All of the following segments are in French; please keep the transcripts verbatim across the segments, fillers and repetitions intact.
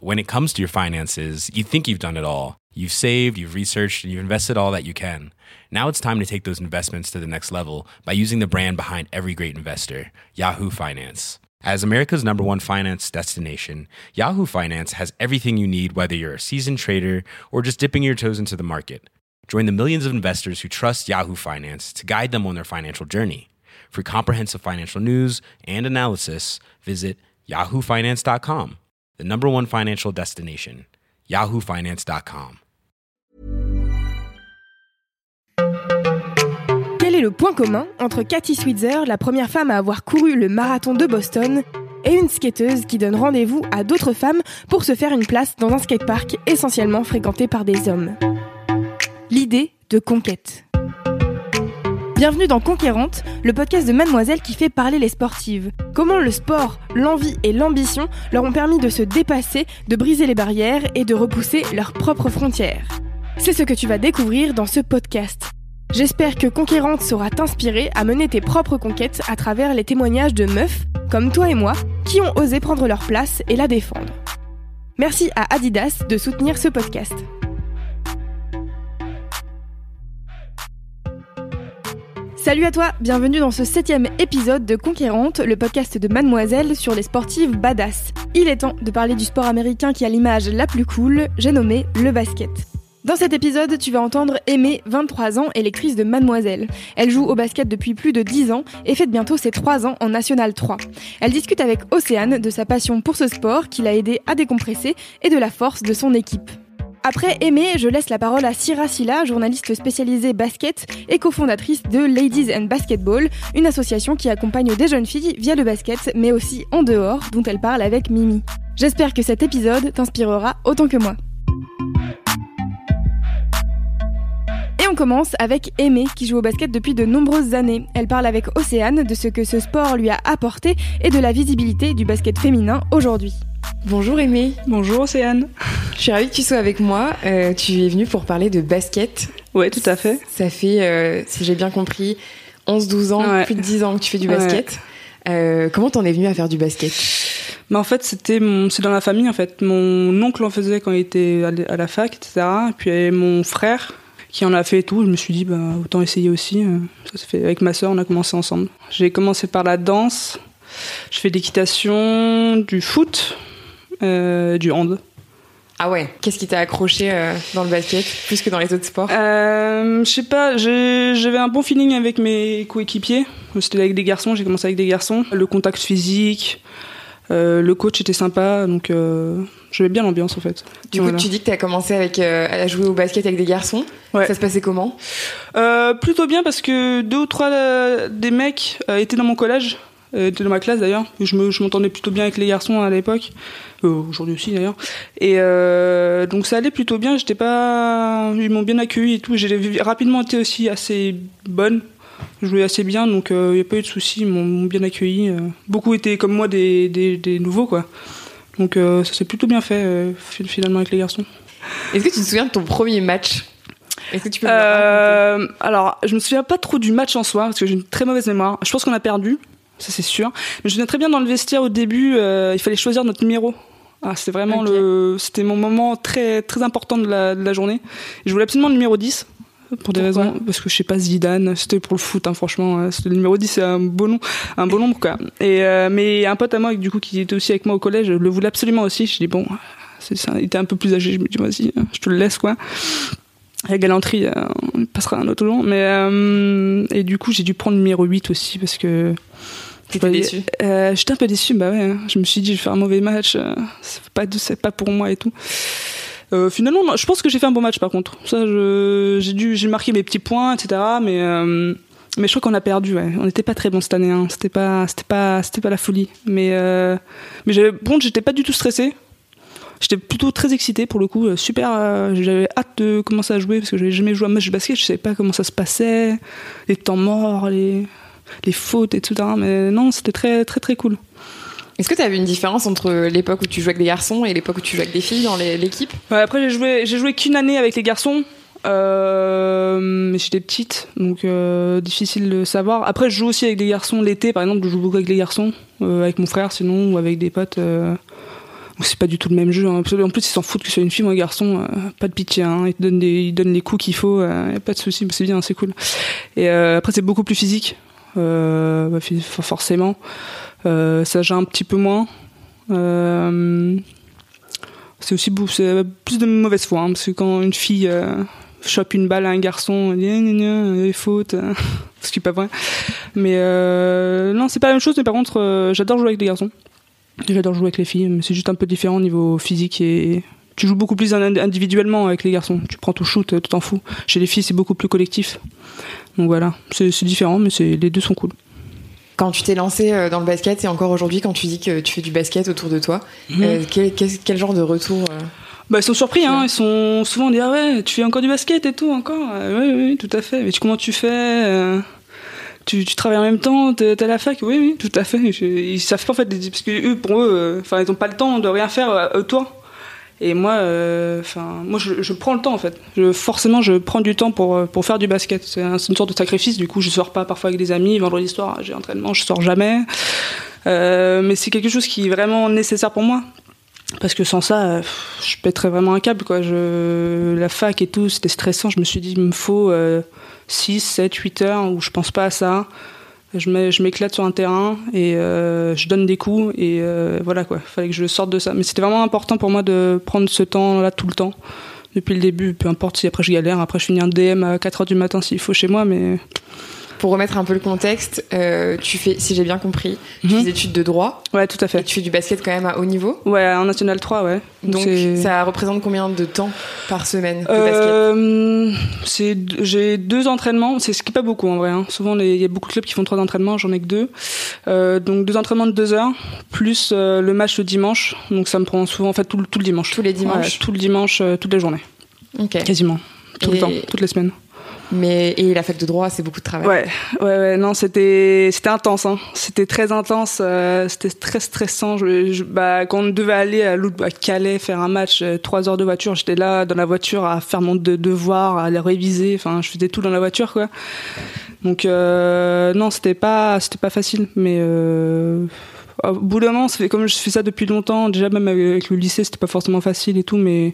when it comes to your finances, you think you've done it all. You've saved, you've researched, and you've invested all that you can. Now it's time to take those investments to the next level by using the brand behind every great investor, Yahoo Finance. As America's number one finance destination, Yahoo Finance has everything you need, whether you're a seasoned trader or just dipping your toes into the market. Join the millions of investors who trust Yahoo Finance to guide them on their financial journey. For comprehensive financial news and analysis, visit yahoo finance dot com, the number one financial destination, yahoo finance dot com. Quel est le point commun entre Katie Switzer, la première femme à avoir couru le marathon de Boston, et une skateuse qui donne rendez-vous à d'autres femmes pour se faire une place dans un skatepark essentiellement fréquenté par des hommes? L'idée de conquête. Bienvenue dans Conquérante, le podcast de Mademoiselle qui fait parler les sportives. Comment le sport, l'envie et l'ambition leur ont permis de se dépasser, de briser les barrières et de repousser leurs propres frontières. C'est ce que tu vas découvrir dans ce podcast. J'espère que Conquérante saura t'inspirer à mener tes propres conquêtes à travers les témoignages de meufs, comme toi et moi, qui ont osé prendre leur place et la défendre. Merci à Adidas de soutenir ce podcast. Salut à toi, bienvenue dans ce septième épisode de Conquérante, le podcast de Mademoiselle sur les sportives badass. Il est temps de parler du sport américain qui a l'image la plus cool, j'ai nommé le basket. Dans cet épisode, tu vas entendre Aimée, vingt-trois ans et lectrice de Mademoiselle. Elle joue au basket depuis plus de dix ans et fête bientôt ses trois ans en National trois. Elle discute avec Océane de sa passion pour ce sport qui l'a aidée à décompresser et de la force de son équipe. Après Aimée, je laisse la parole à Syrah Silla, journaliste spécialisée basket et cofondatrice de Ladies and Basketball, une association qui accompagne des jeunes filles via le basket, mais aussi en dehors, dont elle parle avec Mimi. J'espère que cet épisode t'inspirera autant que moi. Et on commence avec Aimée, qui joue au basket depuis de nombreuses années. Elle parle avec Océane de ce que ce sport lui a apporté et de la visibilité du basket féminin aujourd'hui. Bonjour Aimée. Bonjour Océane. Je suis ravie que tu sois avec moi. Euh, tu es venue pour parler de basket. Ouais, tout à fait. Ça fait, euh, si j'ai bien compris, onze douze ans, ouais. Plus de dix ans que tu fais du basket. Ouais. Euh, comment t'en es venue à faire du basket ? Mais en fait, c'était mon, c'est dans la famille en fait. Mon oncle en faisait quand il était à la fac, et cetera. Et puis mon frère qui en a fait et tout. Je me suis dit, bah, autant essayer aussi. Ça se fait avec ma sœur, on a commencé ensemble. J'ai commencé par la danse. Je fais de l'équitation, du foot, euh, du hand. Ah ouais, qu'est-ce qui t'a accroché euh, dans le basket, plus que dans les autres sports ? euh, Je sais pas, j'ai, j'avais un bon feeling avec mes coéquipiers. C'était avec des garçons, j'ai commencé avec des garçons. Le contact physique, euh, le coach était sympa, donc euh, j'aimais bien l'ambiance en fait. Du coup, voilà. Tu dis que t'as commencé avec, euh, à jouer au basket avec des garçons. Ouais. Ça se passait comment ? euh, Plutôt bien parce que deux ou trois euh, des mecs euh, étaient dans mon collège. Euh, était dans ma classe d'ailleurs. Je, me, je m'entendais plutôt bien avec les garçons à l'époque, euh, aujourd'hui aussi d'ailleurs. Et euh, donc ça allait plutôt bien. J'étais pas, ils m'ont bien accueilli et tout. J'ai rapidement été aussi assez bonne. Je jouais assez bien, donc il euh, n'y a pas eu de soucis. Ils m'ont, m'ont bien accueilli. Euh, beaucoup étaient comme moi des, des, des nouveaux quoi. Donc euh, ça s'est plutôt bien fait euh, finalement avec les garçons. Est-ce que tu te souviens de ton premier match ? Est-ce que tu peux me euh, raconter ? Alors je me souviens pas trop du match en soi parce que j'ai une très mauvaise mémoire. Je pense qu'on a perdu. Ça c'est sûr. Mais je me souviens très bien dans le vestiaire au début, euh, il fallait choisir notre numéro. Ah, c'était vraiment okay. le, c'était mon moment très très important de la, de la journée. Je voulais absolument le numéro dix pour des Pourquoi raisons, parce que je sais pas, Zidane, c'était pour le foot, hein, franchement. C'était le numéro dix, c'est un beau nom, un beau nombre quoi. Et euh, mais un pote à moi, du coup, qui était aussi avec moi au collège, le voulait absolument aussi. Je dis bon, c'est ça, il était un peu plus âgé. Je me dis vas-y, je te le laisse quoi. La galanterie, euh, on passera un autre jour. Mais euh, et du coup, j'ai dû prendre le numéro huit aussi parce que. T'étais déçu ? euh, J'étais un peu déçu, bah ouais. Je me suis dit, je vais faire un mauvais match, euh, c'est pas, c'est pas pour moi et tout. Euh, finalement, non, je pense que j'ai fait un bon match par contre. Ça, je, j'ai dû, j'ai marqué mes petits points, et cetera. Mais, euh, mais je crois qu'on a perdu, ouais. On n'était pas très bon cette année, hein. C'était pas, c'était pas, c'était pas la folie. Mais, euh, mais j'avais, bon, j'étais pas du tout stressé. J'étais plutôt très excitée pour le coup, super. Euh, j'avais hâte de commencer à jouer parce que j'avais jamais joué à un match de basket. Je savais pas comment ça se passait, les temps morts, les. les fautes, et cetera. Mais non, c'était très, très, très cool. Est-ce que tu as vu une différence entre l'époque où tu jouais avec des garçons et l'époque où tu jouais avec des filles dans les, l'équipe ? Ouais, après, j'ai joué, j'ai joué qu'une année avec les garçons. Euh, mais j'étais petite, donc euh, difficile de savoir. Après, je joue aussi avec des garçons l'été, par exemple. Je joue beaucoup avec les garçons, euh, avec mon frère, sinon, ou avec des potes. Euh, Donc c'est pas du tout le même jeu. Hein. En plus, ils s'en foutent que ce soit une fille ou un garçon. Euh, pas de pitié. Hein. Ils te donnent des, ils donnent les coups qu'il faut. Euh, y a pas de souci. C'est bien, c'est cool. Et euh, après, c'est beaucoup plus physique. Euh, bah, forcément. Euh, ça gère un petit peu moins. Euh, c'est aussi c'est plus de mauvaise foi. Hein, parce que quand une fille euh, chope une balle à un garçon, elle dit gna, gna, gna, faute. Ce qui est pas vrai. Mais euh, non, c'est pas la même chose. Mais par contre, euh, j'adore jouer avec les garçons. J'adore jouer avec les filles, mais c'est juste un peu différent au niveau physique et tu joues beaucoup plus individuellement avec les garçons. Tu prends ton shoot, tu t'en fous. Chez les filles, c'est beaucoup plus collectif. Donc voilà, c'est, c'est différent, mais c'est, les deux sont cool. Quand tu t'es lancé dans le basket et encore aujourd'hui, quand tu dis que tu fais du basket autour de toi, mmh. euh, quel, quel, quel genre de retour euh, bah, ils sont surpris, hein. Ils sont souvent dit ah ouais, tu fais encore du basket et tout encore. Euh, oui, oui, tout à fait. Mais tu, comment tu fais euh... Tu, tu travailles en même temps, t'es, t'es à la fac, oui, oui, tout à fait. Je, ils savent pas en fait, parce que eux, pour eux, enfin, euh, ils ont pas le temps de rien faire, euh, toi. Et moi, enfin, euh, moi, je, je prends le temps en fait. Je, forcément, je prends du temps pour pour faire du basket. C'est, un, c'est une sorte de sacrifice. Du coup, je sors pas parfois avec des amis. Vendredi soir, j'ai entraînement, je sors jamais. Euh, mais c'est quelque chose qui est vraiment nécessaire pour moi. Parce que sans ça, je pèterais vraiment un câble, quoi. Je, la fac et tout, c'était stressant. Je me suis dit, il me faut euh, six, sept, huit heures où je pense pas à ça. Je, mets, je m'éclate sur un terrain et euh, je donne des coups et euh, voilà, quoi. Fallait que je sorte de ça. Mais c'était vraiment important pour moi de prendre ce temps-là tout le temps. Depuis le début, peu importe si après je galère, après je finis un D M à quatre heures du matin s'il faut chez moi, mais... Pour remettre un peu le contexte, euh, tu fais, si j'ai bien compris, tu mm-hmm. fais des études de droit. Ouais, tout à fait. Et tu fais du basket quand même à haut niveau. Ouais, en National trois, ouais. Donc, c'est... ça représente combien de temps par semaine de euh, basket ? c'est, J'ai deux entraînements, c'est ce qui est pas beaucoup en vrai. Hein. Souvent, il y a beaucoup de clubs qui font trois entraînements, j'en ai que deux. Euh, donc, deux entraînements de deux heures, plus euh, le match le dimanche. Donc, ça me prend souvent, en fait, tout, tout le dimanche. Tous les dimanches ouais, tout le dimanche, euh, toute la journée. Ok. Quasiment. Tout et... le temps, toutes les semaines. Mais et la fac de droit, c'est beaucoup de travail. Ouais, ouais, ouais. Non, c'était c'était intense. Hein. C'était très intense. Euh, c'était très stressant. Je, je, bah, quand on devait aller à, à Calais faire un match, euh, trois heures de voiture, j'étais là dans la voiture à faire mon de, devoir, à les réviser. Enfin, je faisais tout dans la voiture, quoi. Donc euh, non, c'était pas c'était pas facile. Mais euh, au bout d'un moment, ça fait comme je fais ça depuis longtemps. Déjà même avec le lycée, c'était pas forcément facile et tout, mais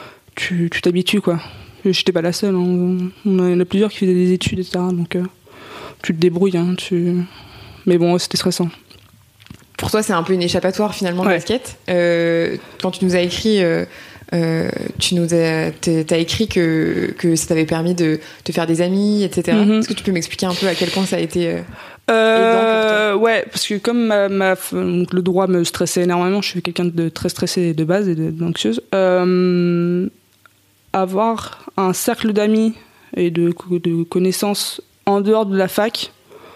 tu tu t'habitues, quoi. J'étais pas la seule, hein. On a, il y en a plusieurs qui faisaient des études, et cetera. Donc euh, tu te débrouilles, hein, tu... mais bon, c'était stressant. Pour toi, c'est un peu une échappatoire finalement, le ouais. basket. Euh, quand tu nous as écrit, euh, euh, tu nous as, t'as écrit que, que ça t'avait permis de te faire des amis, et cetera. Mm-hmm. Est-ce que tu peux m'expliquer un peu à quel point ça a été euh, euh, aidant pour toi ? Ouais, parce que comme ma, ma, donc le droit me stressait énormément, je suis quelqu'un de très stressé de base et de, d'anxieuse. Euh, avoir un cercle d'amis et de, de connaissances en dehors de la fac,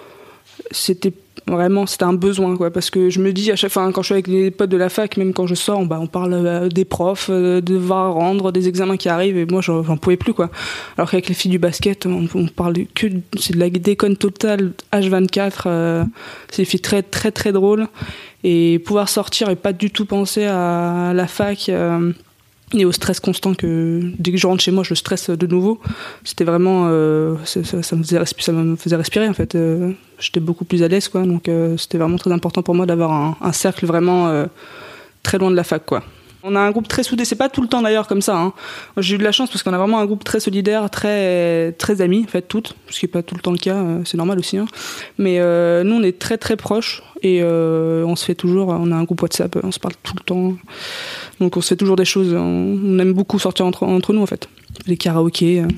c'était vraiment c'était un besoin, quoi, parce que je me dis à chaque fois, quand je suis avec les potes de la fac, même quand je sors, on, bah, on parle des profs, de devoirs à rendre, des examens qui arrivent, et moi j'en, j'en pouvais plus, quoi. Alors qu'avec les filles du basket, on, on parle que c'est de la déconne totale H vingt-quatre, euh, c'est des filles très très très drôles, et pouvoir sortir et pas du tout penser à la fac euh, et au stress constant que dès que je rentre chez moi je stresse de nouveau, c'était vraiment euh, ça, ça, ça me faisait respirer, ça me faisait respirer en fait, euh, j'étais beaucoup plus à l'aise, quoi, donc euh, c'était vraiment très important pour moi d'avoir un, un cercle vraiment euh, très loin de la fac, quoi. On a un groupe très soudé, c'est pas tout le temps d'ailleurs comme ça, hein. J'ai eu de la chance parce qu'on a vraiment un groupe très solidaire, très très amis en fait, toutes, ce qui est pas tout le temps le cas, euh, c'est normal aussi, hein. Mais euh, nous on est très très proches et euh, on se fait toujours, on a un groupe WhatsApp, on se parle tout le temps, donc on se fait toujours des choses, on, on aime beaucoup sortir entre, entre nous en fait, les karaokés, euh.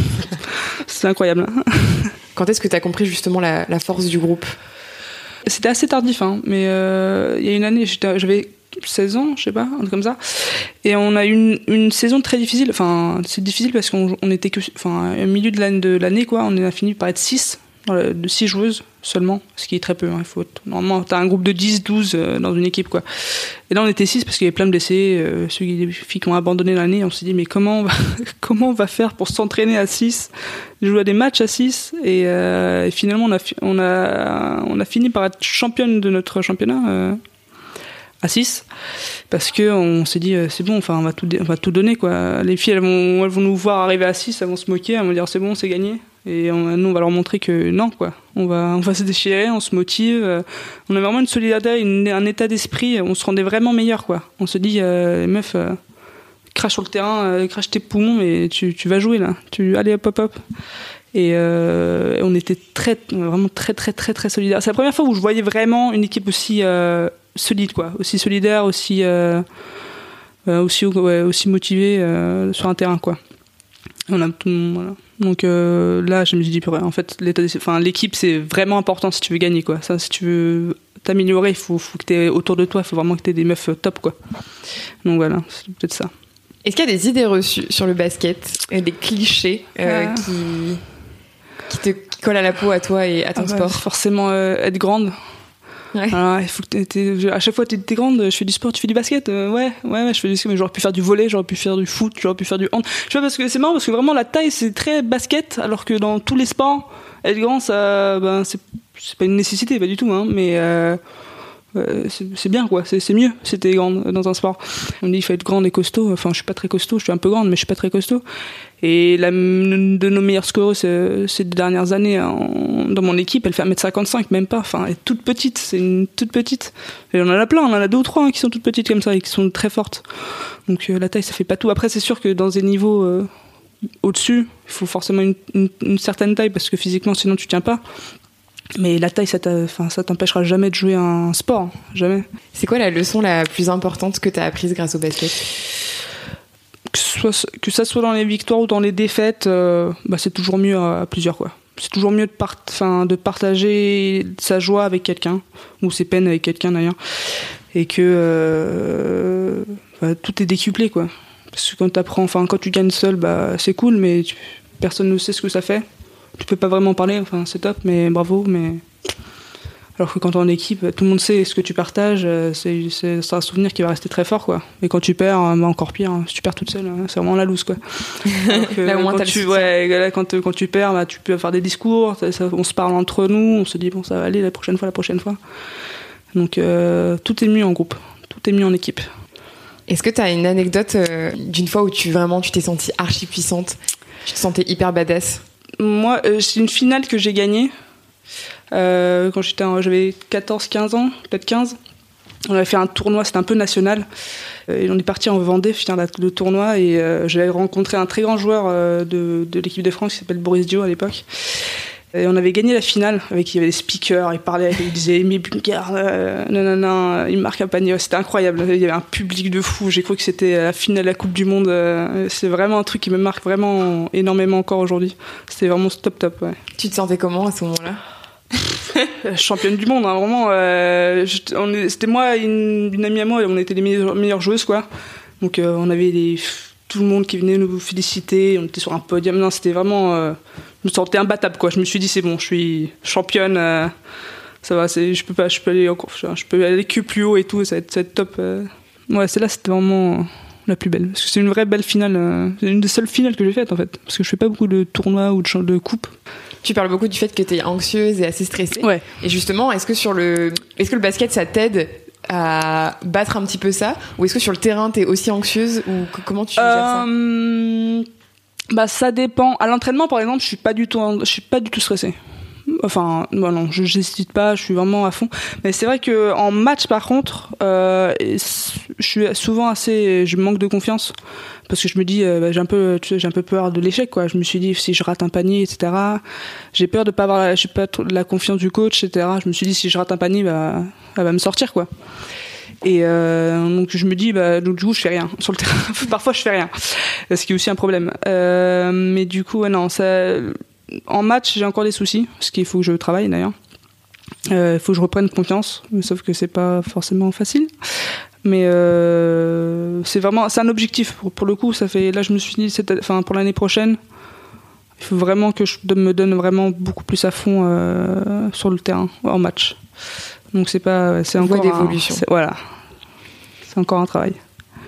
C'est incroyable. Quand est-ce que tu as compris justement la, la force du groupe ? C'était assez tardif, hein, mais euh, il y a une année, j'étais, j'avais seize ans, je sais pas, un truc comme ça. Et on a eu une, une saison très difficile. Enfin, c'est difficile parce qu'on on était que, enfin, au milieu de l'année, de l'année, quoi, on a fini par être six, de six joueuses seulement, ce qui est très peu, hein. Il faut, normalement, t'as un groupe de dix, douze euh, dans une équipe, quoi. Et là, on était six parce qu'il y avait plein de blessés, euh, ceux qui, les filles qui ont abandonné l'année. On s'est dit, mais comment on va, comment on va faire pour s'entraîner à six, jouer à des matchs à six, et, euh, et finalement, on a, on a, on a fini par être championne de notre championnat. Euh, à six, parce que on s'est dit euh, c'est bon, enfin on va tout on va tout donner, quoi. Les filles elles vont elles vont nous voir arriver à six, elles vont se moquer, elles vont dire c'est bon, c'est gagné, Et on, nous, on va leur montrer que non, quoi. On va, on va se déchirer, on se motive. Euh, on a vraiment une solidarité, une, un état d'esprit. On se rendait vraiment meilleur, quoi. On se dit, euh, meuf, euh, crache sur le terrain, euh, crache tes poumons et tu, tu vas jouer, là. Tu, allez, hop, hop, hop. Et euh, on était très, vraiment très, très, très, très solidaires. C'est la première fois où je voyais vraiment une équipe aussi euh, solide, quoi. Aussi solidaire, aussi, euh, euh, aussi, ouais, aussi motivée euh, sur un terrain, quoi. On a tout le monde, voilà. Donc euh, là, je me suis dit, en fait, l'état des, enfin, l'équipe, c'est vraiment important si tu veux gagner, quoi. Ça, si tu veux t'améliorer, il faut, faut que t'aies autour de toi, il faut vraiment que t'aies des meufs top, quoi. Donc voilà, c'est peut-être ça. Est-ce qu'il y a des idées reçues sur le basket, et des clichés euh, ah. qui, qui te qui collent à la peau à toi et à ton ah bah, sport? Forcément, euh, être grande. Ouais. Alors, il faut que t'es, t'es, à chaque fois t'es, t'es grande, je fais du sport, tu fais du basket, euh, ouais, ouais, ouais, je fais du basket, mais j'aurais pu faire du volley, j'aurais pu faire du foot, j'aurais pu faire du hand. Je sais pas, parce que c'est marrant, parce que vraiment la taille c'est très basket, alors que dans tous les sports, être grand, ça, ben, c'est, c'est pas une nécessité, pas du tout, hein, mais euh, euh, c'est, c'est bien, quoi, c'est, c'est mieux si t'es grande dans un sport. On dit il faut être grande et costaud, enfin je suis pas très costaud, je suis un peu grande, mais je suis pas très costaud. Et la, une de nos meilleures scoreuses ces, ces dernières années en, dans mon équipe, elle fait un mètre cinquante-cinq, même pas. Enfin, elle est toute petite, c'est une toute petite. Et on en a plein, on en a deux ou trois hein, qui sont toutes petites comme ça et qui sont très fortes. Donc euh, la taille, ça fait pas tout. Après, c'est sûr que dans des niveaux euh, au-dessus, il faut forcément une, une, une certaine taille parce que physiquement, sinon tu tiens pas. Mais la taille, ça, enfin, ça t'empêchera jamais de jouer un sport, jamais. C'est quoi la leçon la plus importante que t'as apprise grâce au basket ? Que, soit, que ça soit dans les victoires ou dans les défaites, euh, bah c'est toujours mieux à, à plusieurs, quoi. C'est toujours mieux de, part, de partager sa joie avec quelqu'un, ou ses peines avec quelqu'un d'ailleurs, et que euh, bah, tout est décuplé, quoi. Parce que quand t'apprends, enfin quand tu gagnes seul, bah c'est cool, mais tu, personne ne sait ce que ça fait. Tu peux pas vraiment parler, enfin c'est top, mais bravo, mais alors que quand t'es en équipe, tout le monde sait ce que tu partages, c'est, c'est, c'est un souvenir qui va rester très fort, quoi. Et quand tu perds, bah encore pire, si tu perds toute seule, c'est vraiment la loose, quoi. Donc, là, au moins, quand, tu, ouais, là, quand, quand tu perds, bah, tu peux faire des discours, ça, ça, on se parle entre nous, on se dit, bon, ça va aller la prochaine fois, la prochaine fois. Donc, euh, tout est mieux en groupe, tout est mieux en équipe. Est-ce que t'as une anecdote euh, d'une fois où tu, vraiment, tu t'es sentie archi puissante, tu te sentais hyper badass? Moi, euh, c'est une finale que j'ai gagnée. Euh, quand j'étais en, j'avais quatorze quinze ans, peut-être quinze. On avait fait un tournoi, c'était un peu national. Et on est parti en Vendée finir la, le tournoi. Et euh, j'avais rencontré un très grand joueur euh, de, de l'équipe de France qui s'appelle Boris Dio à l'époque. Et on avait gagné la finale. Avec, il y avait des speakers, il parlait, il disait Amy Bunker, euh, non, non, non, il marque un panier. C'était incroyable. Il y avait un public de fou. J'ai cru que c'était la finale de la Coupe du Monde. Euh, c'est vraiment un truc qui me marque vraiment énormément encore aujourd'hui. C'était vraiment top, top. Ouais. Tu te sentais comment à ce moment-là? Championne du monde, hein, vraiment. Euh, on est, c'était moi et une, une amie à moi, on était les meilleures, meilleures joueuses, quoi. Donc euh, on avait des, tout le monde qui venait nous féliciter, on était sur un podium. Non, c'était vraiment. Euh, je me sentais imbattable, quoi. Je me suis dit, c'est bon, je suis championne, euh, ça va, c'est, je peux pas, je peux aller encore, je peux aller que plus haut et tout, ça va être, ça va être top. Euh. Ouais, celle-là, c'était vraiment la plus belle. Parce que c'est une vraie belle finale. Euh, c'est une des seules finales que j'ai faites, en fait. Parce que je fais pas beaucoup de tournois ou de, de coupes. Tu parles beaucoup du fait que t'es anxieuse et assez stressée. Ouais. Et justement, est-ce que sur le, est-ce que le basket, ça t'aide à battre un petit peu ça? Ou est-ce que sur le terrain, t'es aussi anxieuse? Ou comment tu gères euh, ça? Bah, ça dépend. À l'entraînement, par exemple, je suis pas du tout, je suis pas du tout stressée. Enfin, non, non, je n'hésite pas, je suis vraiment à fond. Mais c'est vrai que en match, par contre, euh, je suis souvent assez, je manque de confiance parce que je me dis, euh, bah, j'ai un peu, tu sais, j'ai un peu peur de l'échec, quoi. Je me suis dit, si je rate un panier, et cetera. J'ai peur de pas avoir, la, j'ai pas la confiance du coach, et cetera. Je me suis dit, si je rate un panier, bah, elle va me sortir, quoi. Et euh, donc je me dis, bah, donc, du coup, je fais rien sur le terrain. Parfois, je fais rien, ce qui est aussi un problème. Euh, mais du coup, ouais, non, ça. En match, j'ai encore des soucis, parce qu'il faut que je travaille d'ailleurs. Il euh, faut que je reprenne confiance, sauf que c'est pas forcément facile. Mais euh, c'est vraiment, c'est un objectif pour, pour le coup. Ça fait, là, je me suis dit, cette, enfin, pour l'année prochaine, il faut vraiment que je me donne vraiment beaucoup plus à fond euh, sur le terrain, en match. Donc c'est pas, c'est encore d'évolution. Un, c'est, voilà, c'est encore un travail.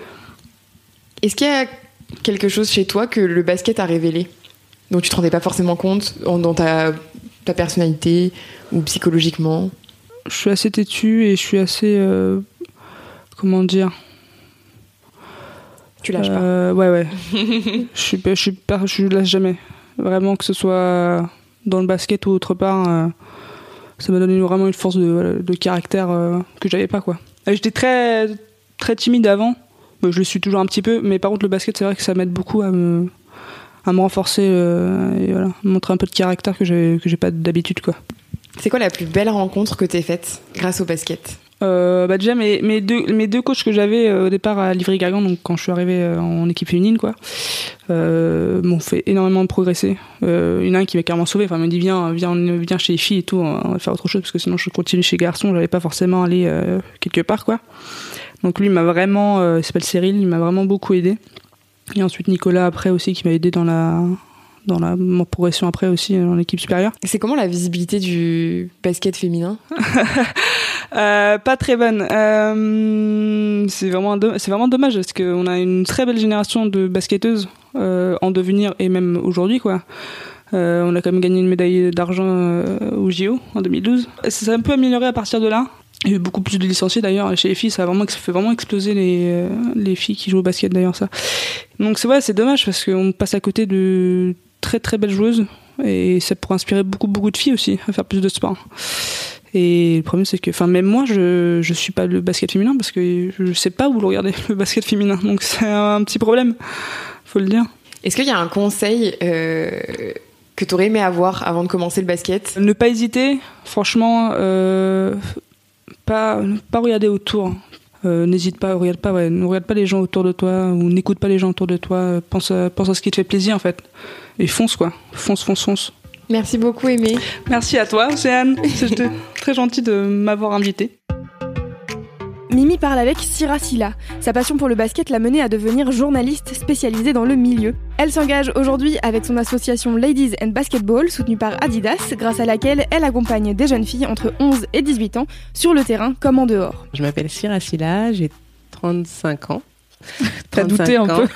Est-ce qu'il y a quelque chose chez toi que le basket a révélé, dont tu te rendais pas forcément compte dans ta, ta personnalité ou psychologiquement? Je suis assez têtue et je suis assez... Euh, comment dire? Tu lâches euh, pas? Ouais, ouais. je, suis, je, suis pas, je lâche jamais. Vraiment, que ce soit dans le basket ou autre part, euh, ça m'a donné vraiment une force de, de caractère euh, que j'avais pas, quoi. Et j'étais très, très timide avant. Bon, je le suis toujours un petit peu, mais par contre, le basket, c'est vrai que ça m'aide beaucoup à me, à me renforcer euh, et voilà, montrer un peu de caractère que j'ai, que j'ai pas d'habitude, quoi. C'est quoi la plus belle rencontre que t'aies faite grâce au basket ? Euh, bah déjà mes, mes deux mes deux coachs que j'avais euh, au départ à Livry-Gargan, donc quand je suis arrivée euh, en équipe féminine, quoi, euh, m'ont fait énormément progresser. Euh, il y en a un qui m'a carrément sauvé, enfin il m'a dit viens viens viens chez les filles et tout, on va faire autre chose parce que sinon je continue chez les garçons, j'allais pas forcément aller euh, quelque part, quoi. Donc lui il m'a vraiment, euh, il s'appelle Cyril, il m'a vraiment beaucoup aidé. Et ensuite Nicolas après aussi qui m'a aidé dans la dans la mon progression après aussi dans l'équipe supérieure. C'est comment la visibilité du basket féminin ? Euh, pas très bonne. Euh, c'est vraiment do- c'est vraiment dommage parce qu'on a une très belle génération de basketteuses euh, en devenir et même aujourd'hui, quoi. Euh, on a quand même gagné une médaille d'argent euh, au J O en deux mille douze. Ça s'est un peu amélioré à partir de là. Il y a eu beaucoup plus de licenciés d'ailleurs chez les filles. Ça a vraiment ça fait vraiment exploser les euh, les filles qui jouent au basket d'ailleurs, ça. Donc c'est ouais, c'est dommage parce qu'on passe à côté de très très belles joueuses et ça pourrait inspirer beaucoup beaucoup de filles aussi à faire plus de sport. Et le problème, c'est que, enfin, même moi, je je suis pas le basket féminin parce que je sais pas où le regarder, le basket féminin. Donc c'est un petit problème, faut le dire. Est-ce qu'il y a un conseil euh, que tu aurais aimé avoir avant de commencer le basket ? Ne pas hésiter, franchement, euh, pas pas regarder autour. Euh, n'hésite pas, regarde pas, ouais, ne regarde pas les gens autour de toi ou n'écoute pas les gens autour de toi. Pense à, pense à ce qui te fait plaisir en fait. Et fonce quoi, fonce, fonce, fonce. Merci beaucoup, Aimée. Merci à toi, Océane. C'était très gentil de m'avoir invitée. Mimi parle avec Sira Silla. Sa passion pour le basket l'a menée à devenir journaliste spécialisée dans le milieu. Elle s'engage aujourd'hui avec son association Ladies and Basketball, soutenue par Adidas, grâce à laquelle elle accompagne des jeunes filles entre onze et dix-huit ans sur le terrain comme en dehors. Je m'appelle Sira Silla, j'ai trente-cinq ans. T'as douté un peu.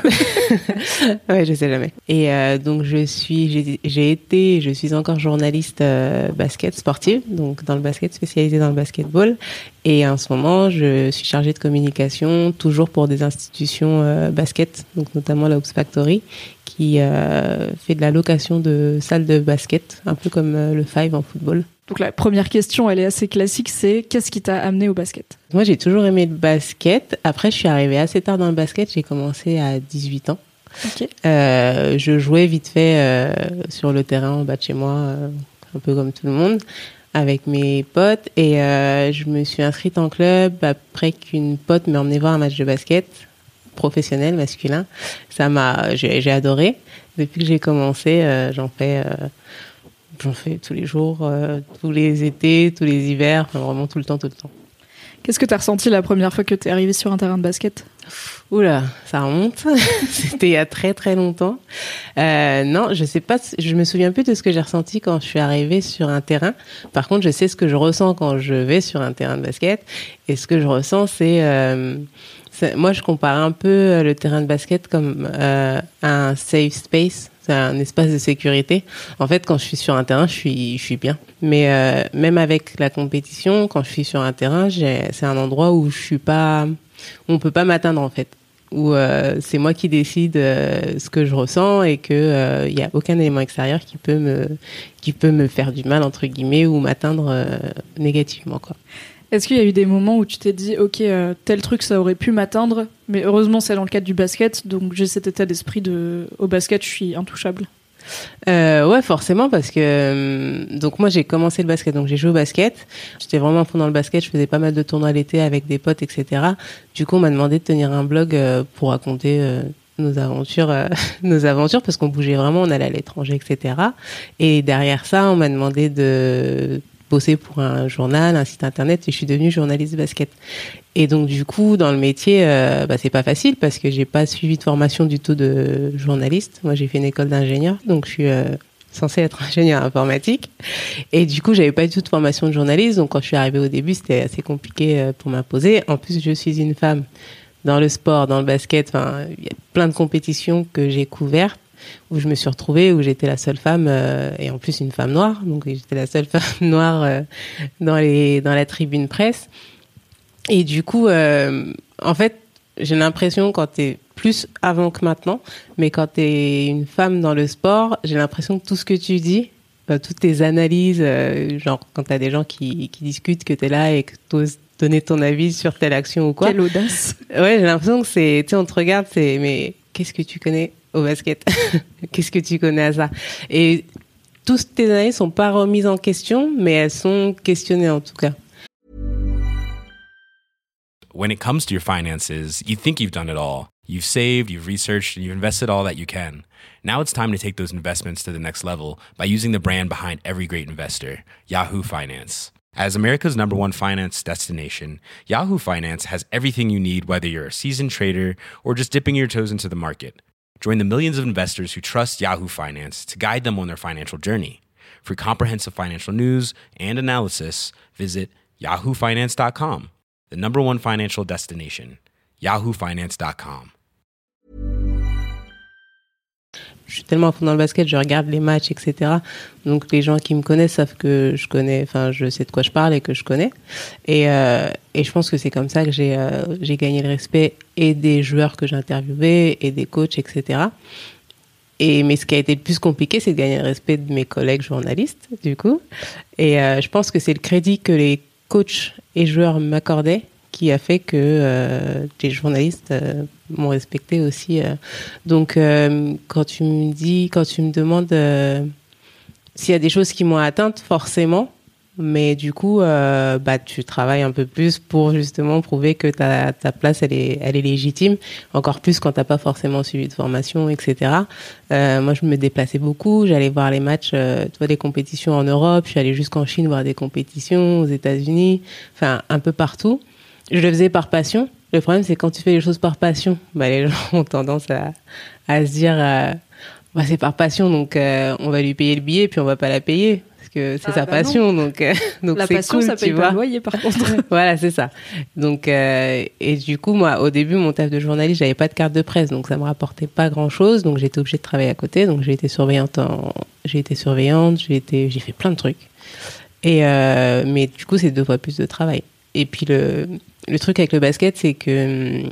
Ouais, je sais jamais. Et euh, donc je suis, j'ai, j'ai été, je suis encore journaliste euh, basket sportive, donc dans le basket, spécialisée dans le basketball. Et en ce moment, je suis chargée de communication, toujours pour des institutions euh, basket, donc notamment la Hoops Factory, qui euh, fait de la location de salles de basket, un peu comme euh, le Five en football. Donc la première question, elle est assez classique, c'est qu'est-ce qui t'a amené au basket ? Moi, j'ai toujours aimé le basket. Après, je suis arrivée assez tard dans le basket. J'ai commencé à dix-huit ans. Okay. Euh, je jouais vite fait euh, sur le terrain en bas de chez moi, euh, un peu comme tout le monde, avec mes potes. Et euh, je me suis inscrite en club après qu'une pote m'ait emmenée voir un match de basket professionnel, masculin. Ça m'a, j'ai, j'ai adoré. Depuis que j'ai commencé, euh, j'en fais... Euh, J'en fais tous les jours, euh, tous les étés, tous les hivers, enfin, vraiment tout le temps, tout le temps. Qu'est-ce que tu as ressenti la première fois que tu es arrivée sur un terrain de basket ? Oula, ça remonte. C'était il y a très très longtemps. Euh, non, je sais pas, je me souviens plus de ce que j'ai ressenti quand je suis arrivée sur un terrain. Par contre, je sais ce que je ressens quand je vais sur un terrain de basket. Et ce que je ressens, c'est... Euh, c'est moi, je compare un peu le terrain de basket comme euh, un safe space. C'est un espace de sécurité. En fait, quand je suis sur un terrain, je suis, je suis bien. Mais euh, même avec la compétition, quand je suis sur un terrain, j'ai, c'est un endroit où je suis pas, où on peut pas m'atteindre en fait. Où euh, c'est moi qui décide euh, ce que je ressens et que euh, y a aucun élément extérieur qui peut me, qui peut me faire du mal entre guillemets ou m'atteindre euh, négativement quoi. Est-ce qu'il y a eu des moments où tu t'es dit ok euh, tel truc ça aurait pu m'atteindre mais heureusement c'est dans le cadre du basket donc j'ai cet état d'esprit de au basket je suis intouchable. Euh, ouais forcément parce que euh, donc moi j'ai commencé le basket donc j'ai joué au basket, j'étais vraiment à fond dans le basket, je faisais pas mal de tournois l'été avec des potes etc. Du coup on m'a demandé de tenir un blog euh, pour raconter euh, nos aventures euh, nos aventures parce qu'on bougeait vraiment, on allait à l'étranger etc. Et derrière ça on m'a demandé de bosser pour un journal, un site internet et je suis devenue journaliste basket. Et donc du coup dans le métier euh, bah, c'est pas facile parce que j'ai pas suivi de formation du tout de journaliste. Moi j'ai fait une école d'ingénieur donc je suis euh, censée être ingénieur informatique et du coup j'avais pas du tout de formation de journaliste donc quand je suis arrivée au début c'était assez compliqué euh, pour m'imposer. En plus je suis une femme dans le sport, dans le basket, enfin il y a plein de compétitions que j'ai couvertes où je me suis retrouvée, où j'étais la seule femme, euh, et en plus une femme noire, donc j'étais la seule femme noire euh, dans, les, dans la tribune presse. Et du coup, euh, en fait, j'ai l'impression quand t'es plus avant que maintenant. Mais quand t'es une femme dans le sport, j'ai l'impression que tout ce que tu dis, euh, toutes tes analyses, euh, genre quand t'as des gens qui, qui discutent, que t'es là et que t'oses donner ton avis sur telle action ou quoi. Quelle audace. Ouais, j'ai l'impression que c'est, tu sais, on te regarde, c'est, mais qu'est-ce que tu connais au basket? Qu'est-ce que tu connais à ça? Et toutes tes analyses sont pas remises en question, mais elles sont questionnées en tout cas. When it comes to your finances, you think you've done it all. You've saved, you've researched, and you've invested all that you can. Now it's time to take those investments to the next level by using the brand behind every great investor, Yahoo Finance. As America's number one finance destination, Yahoo Finance has everything you need, whether you're a seasoned trader or just dipping your toes into the market. Join the millions of investors who trust Yahoo Finance to guide them on their financial journey. For comprehensive financial news and analysis, visit yahoo finance dot com. The number one financial destination, yahoo finance dot com. Je suis tellement à fond dans le basket, je regarde les matchs, et cetera. Donc les gens qui me connaissent savent que je connais, enfin je sais de quoi je parle et que je connais. Et, euh, et je pense que c'est comme ça que j'ai, euh, j'ai gagné le respect et des joueurs que j'ai interviewés et des coachs, et cetera. Et, mais ce qui a été le plus compliqué, c'est de gagner le respect de mes collègues journalistes, du coup. Et euh, je pense que c'est le crédit que les coachs et joueurs m'accordaient qui a fait que euh, les journalistes euh, m'ont respecté aussi. Euh. Donc, euh, quand tu me dis, quand tu me demandes euh, s'il y a des choses qui m'ont atteinte, forcément, mais du coup, euh, bah, tu travailles un peu plus pour justement prouver que ta, ta place, elle est, elle est légitime. Encore plus quand t'as pas forcément suivi de formation, et cetera. Euh, moi, je me déplaçais beaucoup. J'allais voir les matchs, euh, tu vois, des compétitions en Europe. Je suis allée jusqu'en Chine voir des compétitions, aux États-Unis, enfin, un peu partout. Je le faisais par passion. Le problème, c'est quand tu fais les choses par passion, bah, les gens ont tendance à, à se dire, euh, bah, c'est par passion, donc euh, on va lui payer le billet, puis on va pas la payer, parce que c'est ah, sa bah passion. Donc, euh, donc la c'est passion, cool, ça paye tu pas vois. le loyer, par contre. Voilà, c'est ça. Donc, euh, et du coup, moi, au début, mon taf de journaliste, j'avais pas de carte de presse, donc ça me rapportait pas grand-chose. Donc, j'étais obligée de travailler à côté. Donc, j'ai été surveillante, en... j'ai été surveillante, j'ai été, j'ai fait plein de trucs. Et euh, mais du coup, c'est deux fois plus de travail. Et puis le, le truc avec le basket, c'est que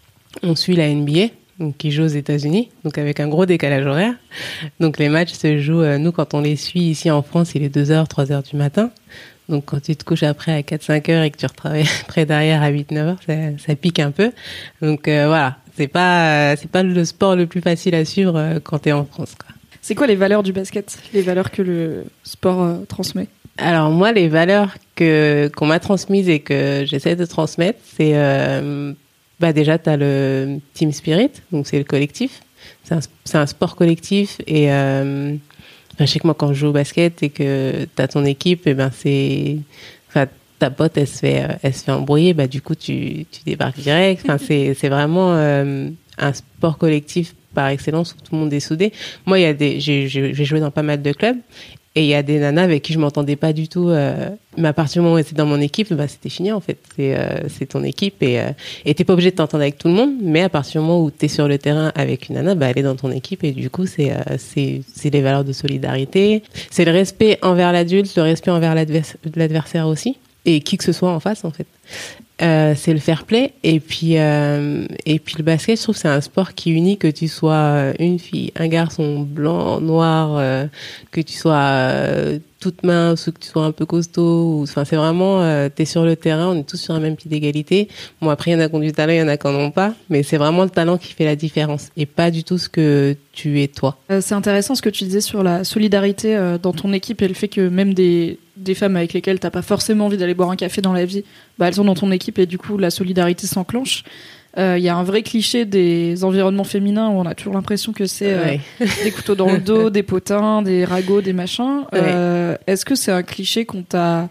on suit la N B A, donc qui joue aux États-Unis, donc avec un gros décalage horaire. Donc les matchs se jouent, nous quand on les suit ici en France, il est deux heures, trois heures du matin. Donc quand tu te couches après à quatre cinq heures et que tu retravailles après derrière à huit neuf heures, ça, ça pique un peu. Donc euh, voilà, c'est pas, c'est pas le sport le plus facile à suivre quand t'es en France, quoi. C'est quoi les valeurs du basket, les valeurs que le sport euh, transmet? Alors moi, les valeurs que qu'on m'a transmises et que j'essaie de transmettre, c'est euh, bah déjà t'as le team spirit, donc c'est le collectif. C'est un, c'est un sport collectif et euh, enfin, je sais que moi quand je joue au basket et que t'as ton équipe, et ben c'est, enfin ta pote elle se fait elle se fait embrouiller, bah du coup tu tu débarques direct. Enfin c'est c'est vraiment euh, un sport collectif par excellence où tout le monde est soudé. Moi il y a des j'ai j'ai, j'ai joué dans pas mal de clubs. Et il y a des nanas avec qui je m'entendais pas du tout. Euh, mais à partir du moment où c'était dans mon équipe, bah, c'était fini, en fait. C'est, euh, c'est ton équipe et, euh, et t'es pas obligé de t'entendre avec tout le monde. Mais à partir du moment où t'es sur le terrain avec une nana, bah, elle est dans ton équipe. Et du coup, c'est, euh, c'est, c'est les valeurs de solidarité. C'est le respect envers l'adulte, le respect envers l'advers- l'adversaire aussi. Et qui que ce soit en face, en fait. Euh, c'est le fair play. Et puis, euh, et puis le basket, je trouve que c'est un sport qui unit, que tu sois une fille, un garçon, blanc, noir, euh, que tu sois euh, toute mince ou que tu sois un peu costaud. Ou, enfin, c'est vraiment, euh, t'es sur le terrain, on est tous sur un même pied d'égalité. Bon, après, il y en a qui ont du talent, il y en a qui en ont pas. Mais c'est vraiment le talent qui fait la différence et pas du tout ce que tu es toi. Euh, c'est intéressant ce que tu disais sur la solidarité euh, dans ton équipe et le fait que même des, des femmes avec lesquelles t'as pas forcément envie d'aller boire un café dans la vie, bah, elles sont dans ton équipe et du coup la solidarité s'enclenche. Il euh, y a un vrai cliché des environnements féminins où on a toujours l'impression que c'est euh, ouais. des couteaux dans le dos, des potins, des ragots, des machins. Euh, ouais. Est-ce que c'est un cliché qu'on t'a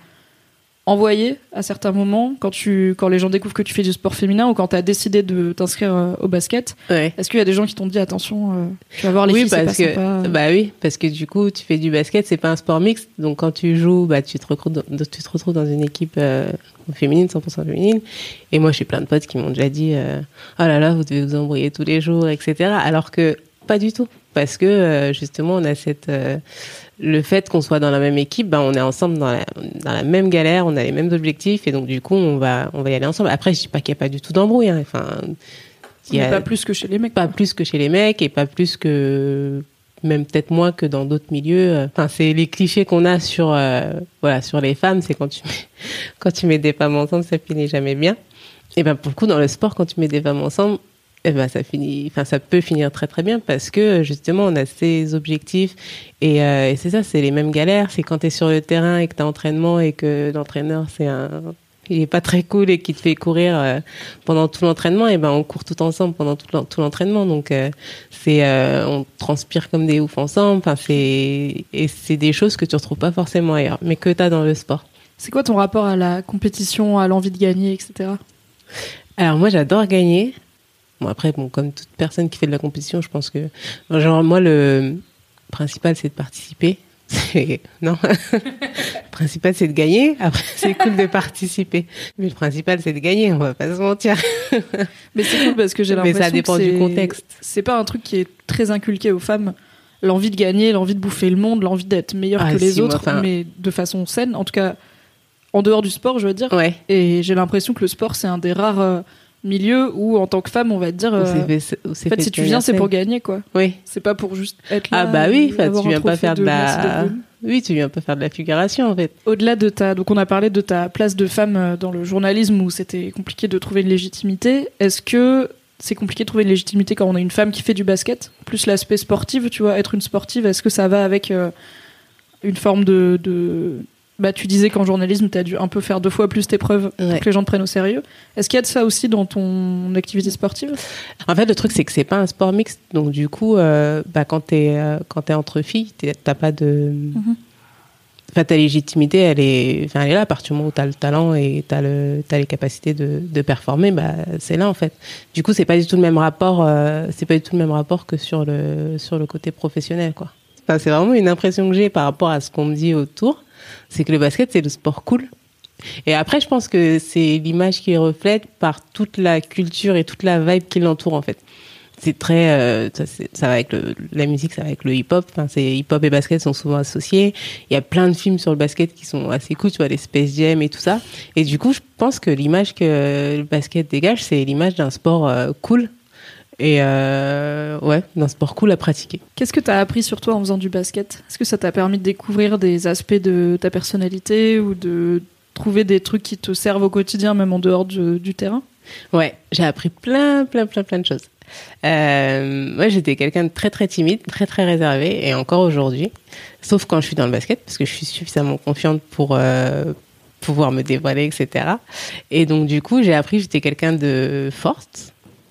envoyé à certains moments quand, tu, quand les gens découvrent que tu fais du sport féminin ou quand tu as décidé de t'inscrire euh, au basket? Ouais. Est-ce qu'il y a des gens qui t'ont dit attention, euh, tu vas voir les oui, filles, c'est pas que, sympa? Bah oui, parce que du coup, tu fais du basket, c'est pas un sport mixte. Donc quand tu joues, bah, tu, te retrouves dans, tu te retrouves dans une équipe euh, féminine, cent pour cent féminine. Et moi, j'ai plein de potes qui m'ont déjà dit euh, oh là là, vous devez vous embrouiller tous les jours, et cetera. Alors que pas du tout. Parce que euh, justement, on a cette euh, le fait qu'on soit dans la même équipe, ben on est ensemble dans la dans la même galère, on a les mêmes objectifs et donc du coup on va on va y aller ensemble. Après, je dis pas qu'il y a pas du tout d'embrouille. Hein. Enfin, Il y a pas plus que chez les mecs. Pas plus que chez les mecs et pas plus que même peut-être moins que dans d'autres milieux. Enfin, c'est les clichés qu'on a sur euh, voilà sur les femmes, c'est quand tu mets quand tu mets des femmes ensemble, ça finit jamais bien. Et ben pour le coup dans le sport, quand tu mets des femmes ensemble, et ben ça finit, enfin ça peut finir très très bien parce que justement on a ces objectifs et, euh, et c'est ça, c'est les mêmes galères. C'est quand t'es sur le terrain et que t'as entraînement et que l'entraîneur c'est un il est pas très cool et qui te fait courir euh, pendant tout l'entraînement, et ben on court tout ensemble pendant tout, tout l'entraînement, donc euh, c'est euh, on transpire comme des oufs ensemble, enfin c'est et c'est des choses que tu retrouves pas forcément ailleurs mais que t'as dans le sport. C'est quoi ton rapport à la compétition, à l'envie de gagner, et cetera? Alors moi j'adore gagner. Bon après bon comme toute personne qui fait de la compétition, je pense que genre moi le principal c'est de participer. C'est... Non. Le principal, c'est de gagner. Après, c'est cool de participer. Mais le principal, c'est de gagner. On va pas se mentir. Mais c'est cool parce que j'ai l'impression Mais ça dépend que c'est... du contexte. C'est pas un truc qui est très inculqué aux femmes. L'envie de gagner, l'envie de bouffer le monde, l'envie d'être meilleure ah, que les si, autres, moi, mais de façon saine. En tout cas, en dehors du sport, je veux dire. Ouais. Et j'ai l'impression que le sport, c'est un des rares euh, milieux où, en tant que femme, on va te dire. Euh, où c'est fait, où c'est en fait, si tu viens, c'est pour gagner, quoi. Oui. C'est pas pour juste être là. Ah bah oui, tu viens pas faire de, de la. Oui, tu viens pas faire de la figuration en fait. Au-delà de ta, donc on a parlé de ta place de femme dans le journalisme où c'était compliqué de trouver une légitimité. Est-ce que c'est compliqué de trouver une légitimité quand on est une femme qui fait du basket, plus l'aspect sportif, tu vois, être une sportive, est-ce que ça va avec euh, une forme de, de, bah tu disais qu'en journalisme t'as dû un peu faire deux fois plus tes preuves ouais. pour que les gens te prennent au sérieux. Est-ce qu'il y a de ça aussi dans ton activité sportive? En fait, le truc c'est que c'est pas un sport mixte, donc du coup, euh, bah quand t'es euh, quand t'es entre filles, t'es, t'as pas de, mm-hmm. enfin, ta légitimité, elle est, enfin, elle est là à partir du moment où t'as le talent et t'as le, t'as les capacités de, de performer, bah c'est là en fait. Du coup, c'est pas du tout le même rapport, euh, c'est pas du tout le même rapport que sur le sur le côté professionnel, quoi. Enfin, c'est vraiment une impression que j'ai par rapport à ce qu'on me dit autour. C'est que le basket, c'est le sport cool. Et après, je pense que c'est l'image qui reflète par toute la culture et toute la vibe qui l'entoure, en fait. C'est très... Euh, ça, c'est, ça va avec le, la musique, ça va avec le hip-hop. Enfin, c'est, hip-hop et basket sont souvent associés. Il y a plein de films sur le basket qui sont assez cool, tu vois, les Space Jam et tout ça. Et du coup, je pense que l'image que le basket dégage, c'est l'image d'un sport euh, cool. Et euh, ouais, d'un sport cool à pratiquer. Qu'est-ce que tu as appris sur toi en faisant du basket? Est-ce que ça t'a permis de découvrir des aspects de ta personnalité ou de trouver des trucs qui te servent au quotidien, même en dehors du, du terrain? Ouais, j'ai appris plein, plein, plein, plein de choses. Euh, moi, j'étais quelqu'un de très, très timide, très, très réservé, et encore aujourd'hui, sauf quand je suis dans le basket, parce que je suis suffisamment confiante pour euh, pouvoir me dévoiler, et cetera. Et donc, du coup, j'ai appris que j'étais quelqu'un de forte,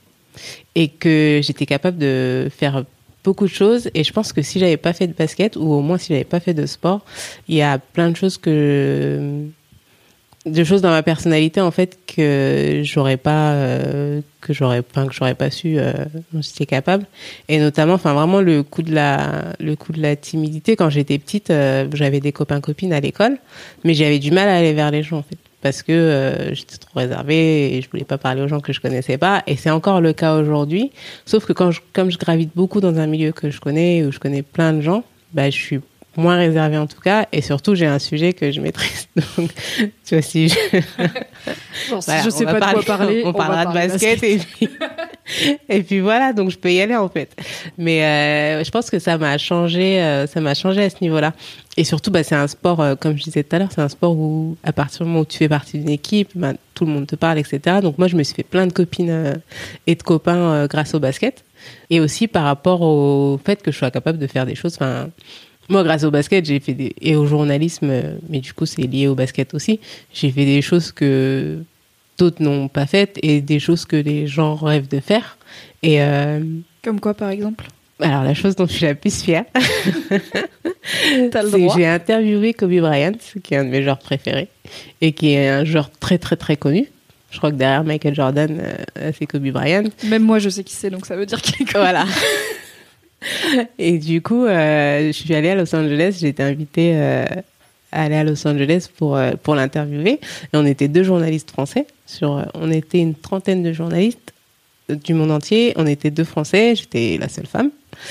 et que j'étais capable de faire beaucoup de choses. Et je pense que si j'avais pas fait de basket, ou au moins si j'avais pas fait de sport, il y a plein de choses que de choses dans ma personnalité en fait que j'aurais pas euh, que j'aurais enfin, que j'aurais pas su euh, dont j'étais capable. Et notamment, enfin vraiment le coup de la le coup de la timidité. Quand j'étais petite, euh, j'avais des copains copines à l'école, mais j'avais du mal à aller vers les gens en fait. Parce que euh, j'étais trop réservée et je voulais pas parler aux gens que je connaissais pas. Et c'est encore le cas aujourd'hui. Sauf que quand je, comme je gravite beaucoup dans un milieu que je connais, où je connais plein de gens, bah, je suis moins réservée en tout cas. Et surtout, j'ai un sujet que je maîtrise. Donc, tu vois, si je... Bon, si voilà, je sais pas parler, de quoi parler, on, on parlera de basket, basket. Et, puis... et puis voilà, donc je peux y aller en fait. Mais euh, je pense que ça m'a changé, euh, ça m'a changé à ce niveau-là. Et surtout, bah, c'est un sport, euh, comme je disais tout à l'heure, c'est un sport où, à partir du moment où tu fais partie d'une équipe, bah, tout le monde te parle, et cetera. Donc moi, je me suis fait plein de copines euh, et de copains euh, grâce au basket. Et aussi par rapport au fait que je sois capable de faire des choses. Enfin, moi, grâce au basket, j'ai fait des... et au journalisme, euh, mais du coup, c'est lié au basket aussi. J'ai fait des choses que d'autres n'ont pas faites et des choses que les gens rêvent de faire. Et euh... comme quoi, par exemple? Alors, la chose dont je suis la plus fière, T'as le c'est droit. que j'ai interviewé Kobe Bryant, qui est un de mes joueurs préférés, et qui est un joueur très, très, très connu. Je crois que derrière Michael Jordan, euh, c'est Kobe Bryant. Même moi, je sais qui c'est, donc ça veut dire qu'il est connu. Voilà. Et du coup, euh, je suis allée à Los Angeles, j'ai été invitée euh, à aller à Los Angeles pour, euh, pour l'interviewer. Et on était deux journalistes français. Sur, euh, on était une trentaine de journalistes du monde entier. On était deux Français, j'étais la seule femme.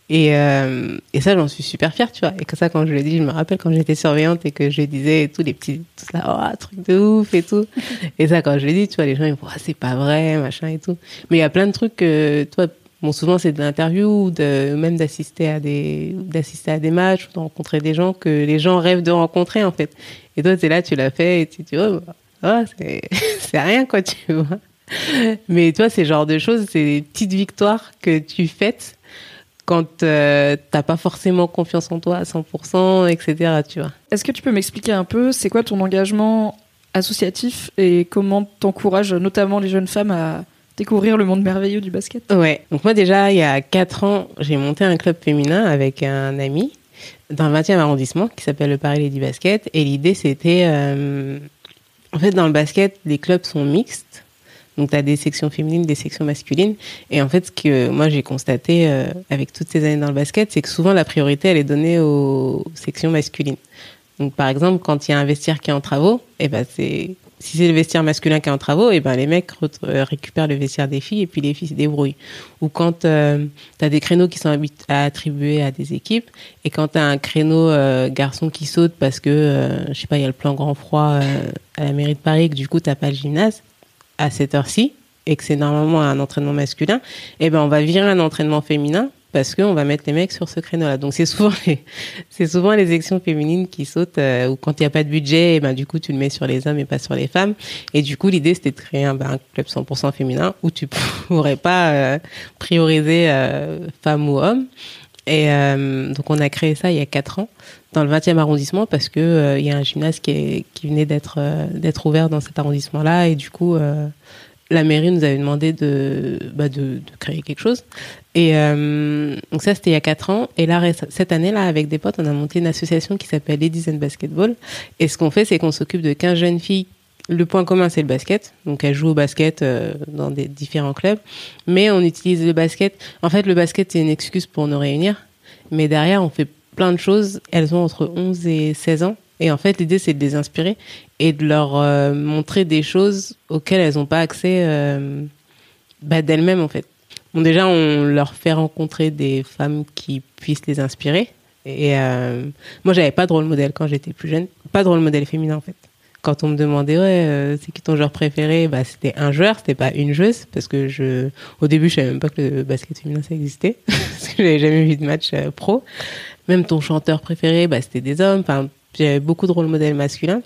Et, euh, et ça, j'en suis super fière, tu vois. Et que ça, quand je le dis, je me rappelle quand j'étais surveillante et que je disais tous les petits, tout ça, oh, truc de ouf et tout. Et ça, quand je le dis, tu vois, les gens, ils me disent, oh, c'est pas vrai, machin et tout. Mais il y a plein de trucs que, toi, bon, souvent, c'est de l'interview ou de, même d'assister à des, d'assister à des matchs ou de rencontrer des gens que les gens rêvent de rencontrer, en fait. Et toi, t'es là, tu l'as fait et tu te dis, oh, oh c'est, c'est rien, quoi, tu vois. Mais toi, c'est le genre de choses, c'est des petites victoires que tu fêtes quand euh, t'as pas forcément confiance en toi à cent pour cent, et cetera, tu vois. Est-ce que tu peux m'expliquer un peu, c'est quoi ton engagement associatif et comment t'encourages notamment les jeunes femmes à découvrir le monde merveilleux du basket ? Ouais, donc moi déjà, il y a quatre ans, j'ai monté un club féminin avec un ami dans le vingtième arrondissement qui s'appelle le Paris Lady Basket. Et l'idée, c'était... Euh, en fait, dans le basket, les clubs sont mixtes. Donc, tu as des sections féminines, des sections masculines. Et en fait, ce que moi, j'ai constaté euh, avec toutes ces années dans le basket, c'est que souvent, la priorité, elle est donnée aux sections masculines. Donc, par exemple, quand il y a un vestiaire qui est en travaux, eh ben, c'est... si c'est le vestiaire masculin qui est en travaux, eh ben, les mecs re- récupèrent le vestiaire des filles et puis les filles se débrouillent. Ou quand euh, tu as des créneaux qui sont habit- à attribuer à des équipes et quand tu as un créneau euh, garçon qui saute parce que, euh, je sais pas, il y a le plan grand froid euh, à la mairie de Paris et que du coup, tu n'as pas le gymnase à cette heure-ci et que c'est normalement un entraînement masculin, eh ben, on va virer un entraînement féminin parce qu'on va mettre les mecs sur ce créneau-là. Donc, c'est souvent les, c'est souvent les sections féminines qui sautent, euh, ou quand il n'y a pas de budget, et ben, du coup, tu le mets sur les hommes et pas sur les femmes. Et du coup, l'idée, c'était de créer un, ben, un club cent pour cent féminin où tu pourrais pas euh, prioriser euh, femmes ou hommes. Et euh, donc, on a créé ça il y a quatre ans dans le vingtième arrondissement parce que euh, il y a un gymnase qui, est, qui venait d'être, euh, d'être ouvert dans cet arrondissement-là. Et du coup, euh, la mairie nous avait demandé de, bah, de, de créer quelque chose. Et euh, donc ça, c'était il y a quatre ans. Et là, cette année-là, avec des potes, on a monté une association qui s'appelle Ladies and Basketball. Et ce qu'on fait, c'est qu'on s'occupe de quinze jeunes filles. Le point commun, c'est le basket. Donc, elles jouent au basket euh, dans des différents clubs. Mais on utilise le basket. En fait, le basket, c'est une excuse pour nous réunir. Mais derrière, on fait plein de choses. Elles ont entre onze et seize ans. Et en fait, l'idée, c'est de les inspirer et de leur euh, montrer des choses auxquelles elles n'ont pas accès euh, bah, d'elles-mêmes, en fait. Bon, déjà, on leur fait rencontrer des femmes qui puissent les inspirer. Et euh, moi, j'avais pas de rôle modèle quand j'étais plus jeune. Pas de rôle modèle féminin, en fait. Quand on me demandait, ouais, euh, c'est qui ton joueur préféré, bah, c'était un joueur, c'était pas une joueuse. Parce que je, au début, je savais même pas que le basket féminin, ça existait. Parce que j'avais jamais vu de match euh, pro. Même ton chanteur préféré, bah, c'était des hommes. Enfin, j'avais beaucoup de rôle modèles masculins.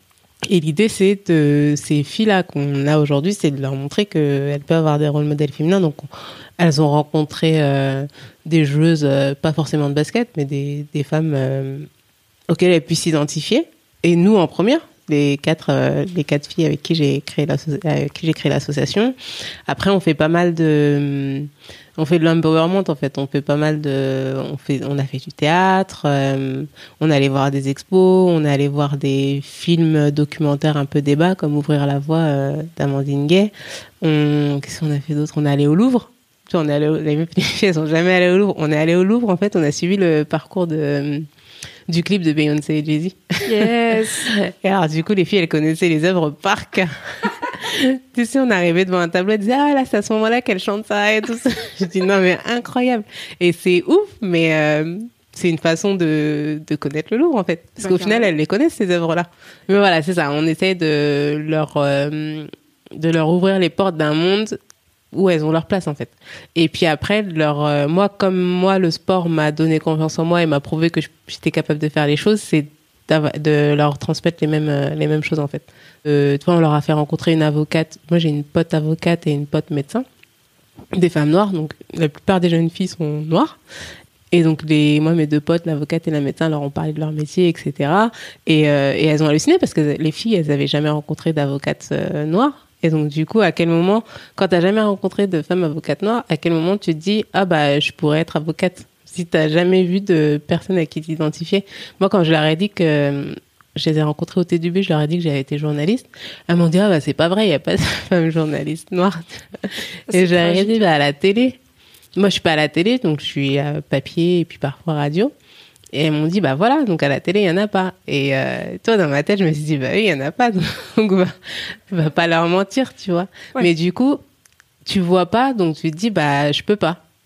Et l'idée, c'est de ces filles-là qu'on a aujourd'hui, c'est de leur montrer qu'elles peuvent avoir des rôles modèles féminins. Donc, on, elles ont rencontré euh, des joueuses, euh, pas forcément de basket, mais des, des femmes euh, auxquelles elles puissent s'identifier. Et nous, en première, les quatre, euh, les quatre filles avec qui j'ai créé avec qui j'ai créé l'association. Après, on fait pas mal de, on fait de l'empowerment en fait. On fait pas mal de, on fait, on a fait du théâtre. Euh, on est allé voir des expos. On est allé voir des films documentaires un peu débat comme Ouvrir la voie euh, d'Amandine Gay. On, qu'est-ce qu'on a fait d'autre ? On est allé au Louvre. Tu vois, on est allé, au, les filles elles sont jamais allées au Louvre. On est allé au Louvre en fait. On a suivi le parcours de du clip de Beyoncé et Jay-Z. Yes. Et alors, du coup, les filles, elles connaissaient les œuvres par cœur. Tu sais, on arrivait devant un tableau, elles disaient, ah là, c'est à ce moment-là qu'elle chante ça et tout ça. Je dis, non, mais incroyable. Et c'est ouf, mais euh, c'est une façon de, de connaître le Louvre, en fait. Parce qu'au final, elles les connaissent, ces œuvres-là. Mais voilà, c'est ça. On essaie de leur, euh, de leur ouvrir les portes d'un monde où elles ont leur place, en fait. Et puis après, leur, euh, moi, comme moi, le sport m'a donné confiance en moi et m'a prouvé que j'étais capable de faire les choses, c'est de leur transmettre les mêmes, euh, les mêmes choses, en fait. Euh, tu vois, on leur a fait rencontrer une avocate. Moi, j'ai une pote avocate et une pote médecin, des femmes noires. Donc, la plupart des jeunes filles sont noires. Et donc, les, moi, mes deux potes, l'avocate et la médecin, leur ont parlé de leur métier, et cetera. Et, euh, et elles ont halluciné parce que les filles, elles n'avaient jamais rencontré d'avocate euh, noire. Et donc, du coup, à quel moment, quand t'as jamais rencontré de femme avocate noire, à quel moment tu te dis, ah bah, je pourrais être avocate, si t'as jamais vu de personne à qui t'identifier. Moi, quand je leur ai dit que, je les ai rencontrées au T D B, je leur ai dit que j'avais été journaliste, elles m'ont dit, ah bah, c'est pas vrai, il y a pas de femme journaliste noire. Et je leur ai dit, bah, à la télé. Moi, je suis pas à la télé, donc je suis à papier et puis parfois radio. Et elles m'ont dit, bah voilà, donc à la télé, il y en a pas. Et euh, toi, dans ma tête, je me suis dit, bah oui, il y en a pas. Donc, bah, va pas leur mentir, tu vois. Ouais. Mais du coup, tu vois pas, donc tu te dis, bah je peux pas.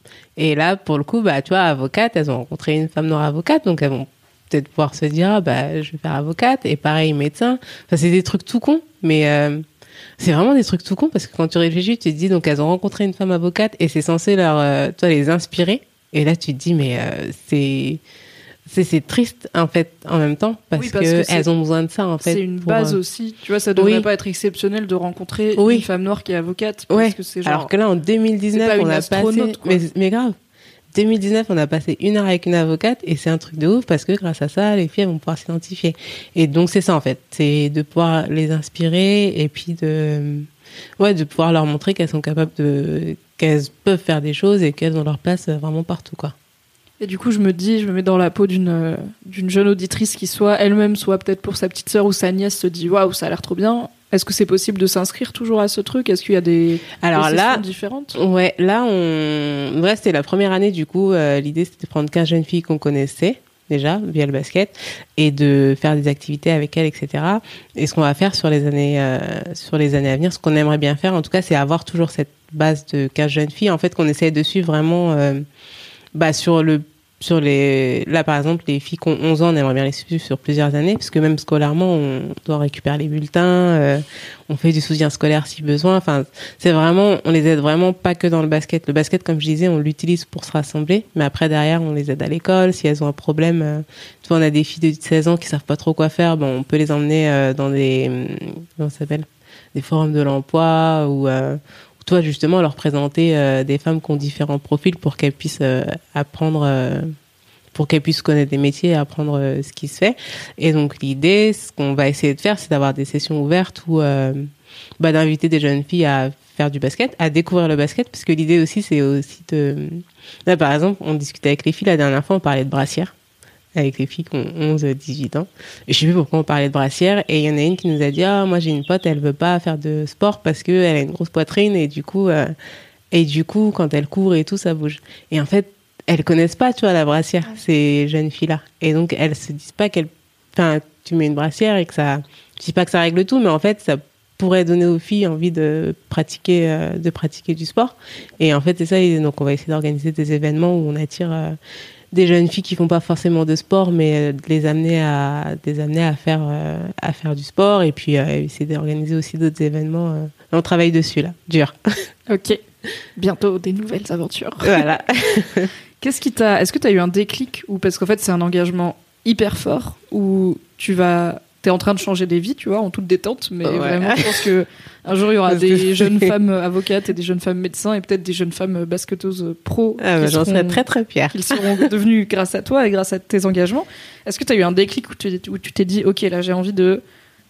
Et là, pour le coup, bah, tu vois, avocates, elles ont rencontré une femme noire avocate, donc elles vont peut-être pouvoir se dire, ah, bah, je vais faire avocate. Et pareil, médecin. Enfin, c'est des trucs tout cons, mais euh, c'est vraiment des trucs tout cons parce que quand tu réfléchis, tu te dis, donc elles ont rencontré une femme avocate et c'est censé leur, euh, toi, les inspirer. Et là, tu te dis, mais euh, c'est... C'est, c'est triste en fait en même temps parce, oui, parce que, que elles ont besoin de ça en fait. C'est une pour, base euh... aussi, tu vois, ça devrait oui. pas être exceptionnel de rencontrer oui. une femme noire qui est avocate parce ouais. que c'est genre. Alors que là en deux mille dix-neuf on a passé, mais, mais grave, deux mille dix-neuf on a passé une heure avec une avocate et c'est un truc de ouf parce que grâce à ça les filles elles vont pouvoir s'identifier. Et donc c'est ça en fait, c'est de pouvoir les inspirer et puis de, ouais, de pouvoir leur montrer qu'elles sont capables de, qu'elles peuvent faire des choses et qu'elles ont leur place vraiment partout quoi. Et du coup, je me dis, je me mets dans la peau d'une, euh, d'une jeune auditrice qui soit elle-même, soit peut-être pour sa petite sœur ou sa nièce, se dit waouh, ça a l'air trop bien. Est-ce que c'est possible de s'inscrire toujours à ce truc ? Est-ce qu'il y a des, Alors des là, sessions différentes ? Ouais, là, on. Ouais, c'était la première année, du coup, euh, l'idée c'était de prendre quinze jeunes filles qu'on connaissait déjà via le basket et de faire des activités avec elles, et cetera. Et ce qu'on va faire sur les années, euh, sur les années à venir, ce qu'on aimerait bien faire, en tout cas, c'est avoir toujours cette base de quinze jeunes filles, en fait, qu'on essaie de suivre vraiment. Euh, Bah, sur le, sur les, là, par exemple, les filles qui ont onze ans, on aimerait bien les suivre sur plusieurs années, parce que même scolairement, on doit récupérer les bulletins, euh, on fait du soutien scolaire si besoin. Enfin, c'est vraiment, on les aide vraiment pas que dans le basket. Le basket, comme je disais, on l'utilise pour se rassembler, mais après, derrière, on les aide à l'école. Si elles ont un problème, euh, tu vois, on a des filles de seize ans qui savent pas trop quoi faire, bon, on peut les emmener, euh, dans des, comment ça s'appelle? Des forums de l'emploi ou, euh, toi justement leur présenter euh, des femmes qui ont différents profils pour qu'elles puissent euh, apprendre euh, pour qu'elles puissent connaître des métiers et apprendre euh, ce qui se fait. Et donc l'idée, ce qu'on va essayer de faire, c'est d'avoir des sessions ouvertes où euh, bah, d'inviter des jeunes filles à faire du basket, à découvrir le basket, parce que l'idée aussi c'est aussi de là par exemple on discutait avec les filles la dernière fois, on parlait de brassière avec les filles qui ont onze à dix-huit ans. Et je sais plus pourquoi on parlait de brassière. Et il y en a une qui nous a dit, ah, moi, j'ai une pote, elle veut pas faire de sport parce qu'elle a une grosse poitrine et du coup, euh, et du coup, quand elle court et tout, ça bouge. Et en fait, elles connaissent pas, tu vois, la brassière, ces jeunes filles-là. Et donc, elles se disent pas qu'elles, enfin, tu mets une brassière et que ça, je dis pas que ça règle tout, mais en fait, ça pourrait donner aux filles envie de pratiquer, euh, de pratiquer du sport. Et en fait, c'est ça. Et donc, on va essayer d'organiser des événements où on attire, euh, des jeunes filles qui font pas forcément de sport, mais de les amener à, de les amener à faire, euh, à faire du sport et puis euh, essayer d'organiser aussi d'autres événements. Euh. On travaille dessus là, dur. Ok. Bientôt des nouvelles aventures. Voilà. Qu'est-ce qui t'a, est-ce que t'as eu un déclic ou parce qu'en fait c'est un engagement hyper fort où tu vas, t'es en train de changer des vies, tu vois, en toute détente, mais ouais. Vraiment, je pense que un jour il y aura parce des jeunes femmes avocates et des jeunes femmes médecins et peut-être des jeunes femmes basketteuses pro. Ah bah, j'en serais très très fière. Qui seront devenues grâce à toi et grâce à tes engagements. Est-ce que tu as eu un déclic où tu, où tu t'es dit, ok, là j'ai envie de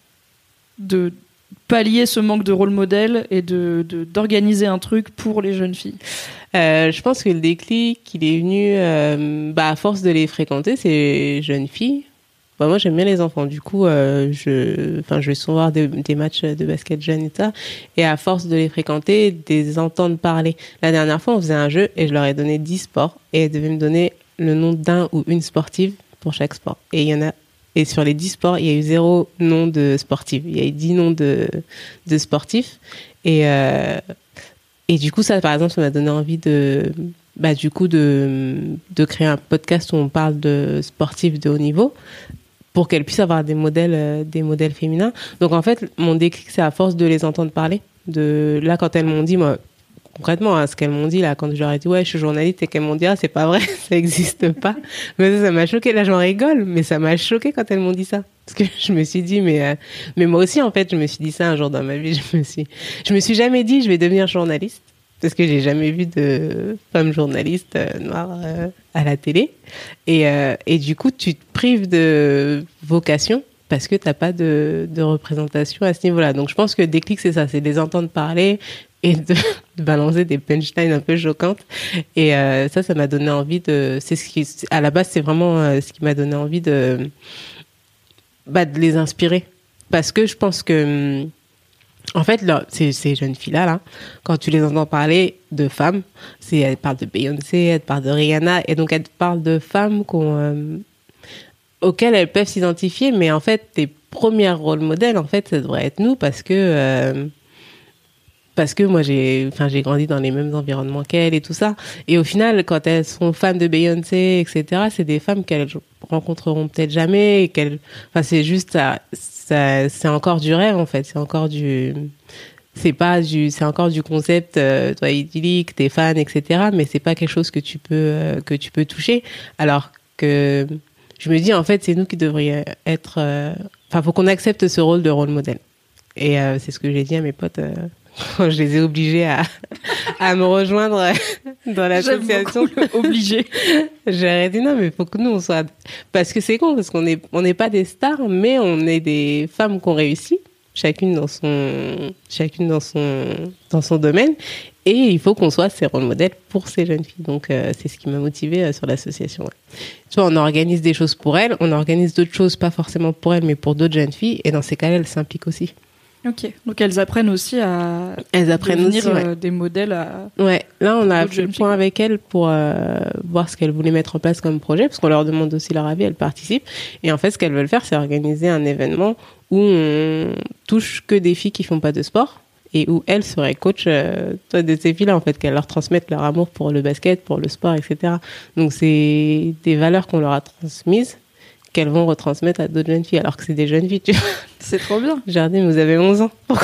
de pallier ce manque de rôle modèle et de, de d'organiser un truc pour les jeunes filles? Euh, je pense que le déclic, il est venu euh, bah, à force de les fréquenter, ces jeunes filles. Bah, moi, j'aime bien les enfants. Du coup, euh, je, enfin, je vais souvent voir des, des matchs de basket jeunes et ça. Et à force de les fréquenter, de les entendre parler. La dernière fois, on faisait un jeu et je leur ai donné dix sports et elles devaient me donner le nom d'un ou une sportive pour chaque sport. Et il y en a, et sur les dix sports, il y a eu zéro nom de sportive. Il y a eu dix noms de, de sportifs. Et, euh, et du coup, ça, par exemple, ça m'a donné envie de, bah, du coup, de, de créer un podcast où on parle de sportifs de haut niveau, pour qu'elles puissent avoir des modèles, euh, des modèles féminins. Donc, en fait, mon déclic, c'est à force de les entendre parler. De, là, quand elles m'ont dit, moi, concrètement, hein, ce qu'elles m'ont dit, là, quand je leur ai dit, ouais, je suis journaliste, et qu'elles m'ont dit, ah, c'est pas vrai, ça existe pas. Mais ça, ça m'a choqué. Là, j'en rigole, mais ça m'a choqué quand elles m'ont dit ça. Parce que je me suis dit, mais, euh, mais moi aussi, en fait, je me suis dit ça un jour dans ma vie. Je me suis, je me suis jamais dit, je vais devenir journaliste. Parce que j'ai jamais vu de femme journaliste euh, noire euh, à la télé. Et, euh, et du coup, tu te prives de vocation parce que t'as pas de, de représentation à ce niveau-là. Donc, je pense que le déclic, c'est ça, c'est de les entendre parler et de, de balancer des punchlines un peu choquantes. Et euh, ça, ça m'a donné envie de... C'est ce qui, à la base, c'est vraiment euh, ce qui m'a donné envie de, bah, de les inspirer. Parce que je pense que... En fait, là, ces, ces jeunes filles-là, là, quand tu les entends parler de femmes, c'est, elles parlent de Beyoncé, elles parlent de Rihanna, et donc elles parlent de femmes qu'on, euh, auxquelles elles peuvent s'identifier, mais en fait, tes premiers rôles modèles, en fait, ça devrait être nous, parce que, euh, parce que moi j'ai enfin j'ai grandi dans les mêmes environnements qu'elles et tout ça, et au final quand elles sont fans de Beyoncé, etc., c'est des femmes qu'elles rencontreront peut-être jamais, et qu'elles enfin c'est juste ça, ça c'est encore du rêve en fait, c'est encore du c'est pas du c'est encore du concept euh, toi idyllique, t'es fan, etc., mais c'est pas quelque chose que tu peux euh, que tu peux toucher, alors que je me dis en fait c'est nous qui devrions être euh, enfin faut qu'on accepte ce rôle de rôle modèle, et euh, c'est ce que j'ai dit à mes potes euh, quand je les ai obligés à, à me rejoindre dans l'association. Obligés. J'aurais dit non, mais il faut que nous, on soit... Parce que c'est con, parce qu'on n'est on n'est pas des stars, mais on est des femmes qui ont réussi, chacune dans son, chacune dans son, dans son domaine. Et il faut qu'on soit ces rôles modèles pour ces jeunes filles. Donc, euh, c'est ce qui m'a motivée euh, sur l'association. Ouais. Tu vois, on organise des choses pour elles, on organise d'autres choses, pas forcément pour elles, mais pour d'autres jeunes filles. Et dans ces cas-là, elles s'impliquent aussi. Ok, donc elles apprennent aussi à elles apprennent devenir aussi, ouais. euh, des modèles à... Ouais, là on a fait le point avec elles pour euh, voir ce qu'elles voulaient mettre en place comme projet, parce qu'on leur demande aussi leur avis, elles participent. Et en fait, ce qu'elles veulent faire, c'est organiser un événement où on touche que des filles qui font pas de sport, et où elles seraient coach euh, de ces filles-là, en fait, qu'elles leur transmettent leur amour pour le basket, pour le sport, et cetera. Donc c'est des valeurs qu'on leur a transmises, qu'elles vont retransmettre à d'autres jeunes filles, alors que c'est des jeunes filles, tu vois. C'est trop bien. Jardine, vous avez onze ans. Pourquoi?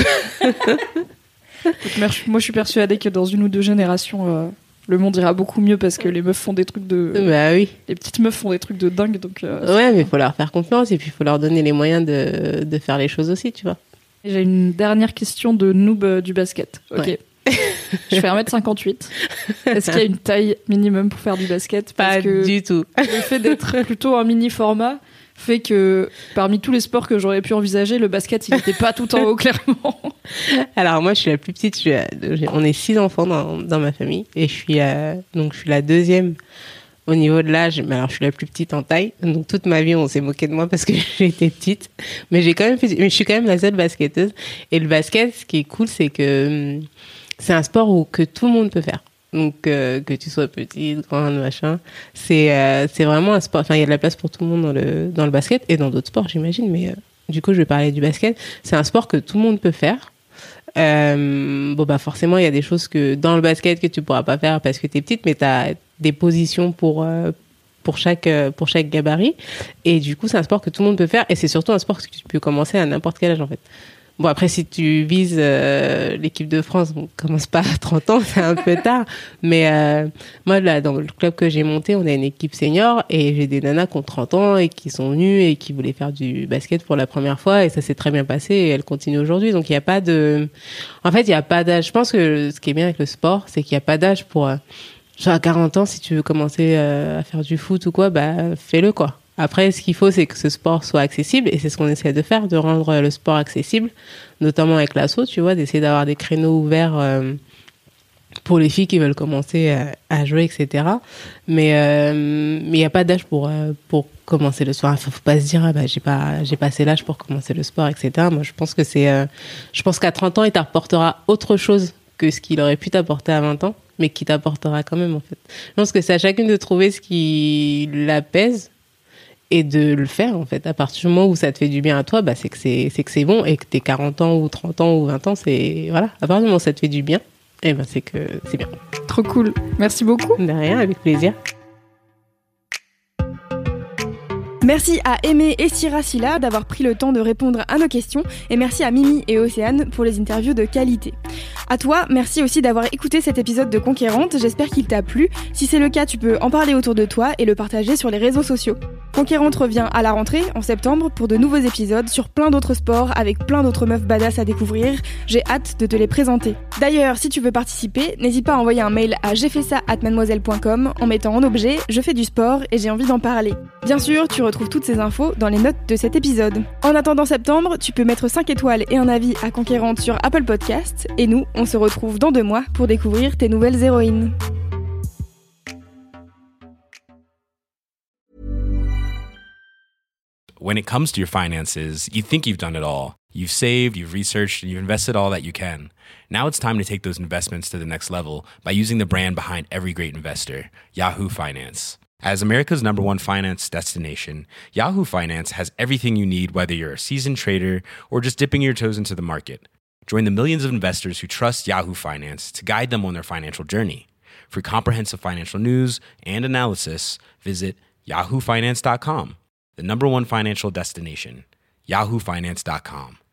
Moi, je suis persuadée que dans une ou deux générations, euh, le monde ira beaucoup mieux, parce que les meufs font des trucs de... Bah oui. Les petites meufs font des trucs de dingue, donc... Euh, ouais, mais il faut leur faire confiance, et puis il faut leur donner les moyens de, de faire les choses aussi, tu vois. J'ai une dernière question de noob euh, du basket. Ok. Ouais. Je fais un mètre cinquante-huit. Est-ce qu'il y a une taille minimum pour faire du basket? Parce Pas que du tout. Le fait d'être plutôt un mini format fait que parmi tous les sports que j'aurais pu envisager, le basket, il n'était pas tout en haut, clairement. Alors moi, je suis la plus petite. Je suis la- j'ai- on est six enfants dans, dans ma famille, et je suis euh, donc je suis la deuxième au niveau de l'âge. Mais alors, je suis la plus petite en taille. Donc toute ma vie, on s'est moqué de moi parce que j'étais petite. Mais j'ai quand même fait, mais je suis quand même la seule basketteuse. Et le basket, ce qui est cool, c'est que hum, c'est un sport où que tout le monde peut faire. Donc euh, que tu sois petite, grande, machin, c'est euh, c'est vraiment un sport. Enfin, il y a de la place pour tout le monde dans le dans le basket et dans d'autres sports, j'imagine. Mais euh, du coup, je vais parler du basket. C'est un sport que tout le monde peut faire. Euh, bon bah forcément, il y a des choses que dans le basket que tu pourras pas faire parce que t'es petite, mais t'as des positions pour euh, pour chaque euh, pour chaque gabarit. Et du coup, c'est un sport que tout le monde peut faire. Et c'est surtout un sport que tu peux commencer à n'importe quel âge, en fait. Bon, après, si tu vises euh, l'équipe de France, on commence pas à trente ans, c'est un peu tard. Mais euh, moi, là, dans le club que j'ai monté, on a une équipe senior, et j'ai des nanas qui ont trente ans et qui sont venues et qui voulaient faire du basket pour la première fois, et ça s'est très bien passé, et elles continuent aujourd'hui. Donc, il n'y a pas de... En fait, il n'y a pas d'âge. Je pense que ce qui est bien avec le sport, c'est qu'il n'y a pas d'âge pour... Euh, genre à quarante ans, si tu veux commencer euh, à faire du foot ou quoi, bah fais-le, quoi. Après, ce qu'il faut, c'est que ce sport soit accessible, et c'est ce qu'on essaie de faire, de rendre le sport accessible, notamment avec l'asso, tu vois, d'essayer d'avoir des créneaux ouverts euh, pour les filles qui veulent commencer à, à jouer, et cetera. Mais euh, mais il n'y a pas d'âge pour euh, pour commencer le sport. Il faut, faut pas se dire ah bah j'ai pas j'ai passé l'âge pour commencer le sport, et cetera. Moi, je pense que c'est euh, je pense qu'à trente ans, il t'apportera autre chose que ce qu'il aurait pu t'apporter à vingt ans, mais qui t'apportera quand même, en fait. Je pense que c'est à chacune de trouver ce qui l'apaise et de le faire, en fait. À partir du moment où ça te fait du bien à toi, bah, c'est que c'est, c'est que c'est bon, et que t'es quarante ans ou trente ans ou vingt ans, c'est, voilà. À partir du moment où ça te fait du bien, eh ben, c'est que c'est bien. Trop cool. Merci beaucoup. De rien, avec plaisir. Merci à Aimé et Syrah d'avoir pris le temps de répondre à nos questions, et merci à Mimi et Océane pour les interviews de qualité. À toi, merci aussi d'avoir écouté cet épisode de Conquérante, j'espère qu'il t'a plu. Si c'est le cas, tu peux en parler autour de toi et le partager sur les réseaux sociaux. Conquérante revient à la rentrée, en septembre, pour de nouveaux épisodes sur plein d'autres sports, avec plein d'autres meufs badass à découvrir. J'ai hâte de te les présenter. D'ailleurs, si tu veux participer, n'hésite pas à envoyer un mail à j'ai fait ça arobase mademoiselle point com en mettant en objet « Je fais du sport et j'ai envie d'en parler ». Bien sûr, tu retrouves toutes ces infos dans les notes de cet épisode. En attendant septembre, tu peux mettre cinq étoiles et un avis à Conquérante sur Apple Podcasts, et nous, on se retrouve dans deux mois pour découvrir tes nouvelles héroïnes. When it comes to your finances, you think you've done it all. You've saved, you've researched, and you've invested all that you can. Now it's time to take those investments to the next level by using the brand behind every great investor, Yahoo Finance. As America's number one finance destination, Yahoo Finance has everything you need, whether you're a seasoned trader or just dipping your toes into the market. Join the millions of investors who trust Yahoo Finance to guide them on their financial journey. For comprehensive financial news and analysis, visit yahoo finance dot com, the number one financial destination, yahoo finance dot com.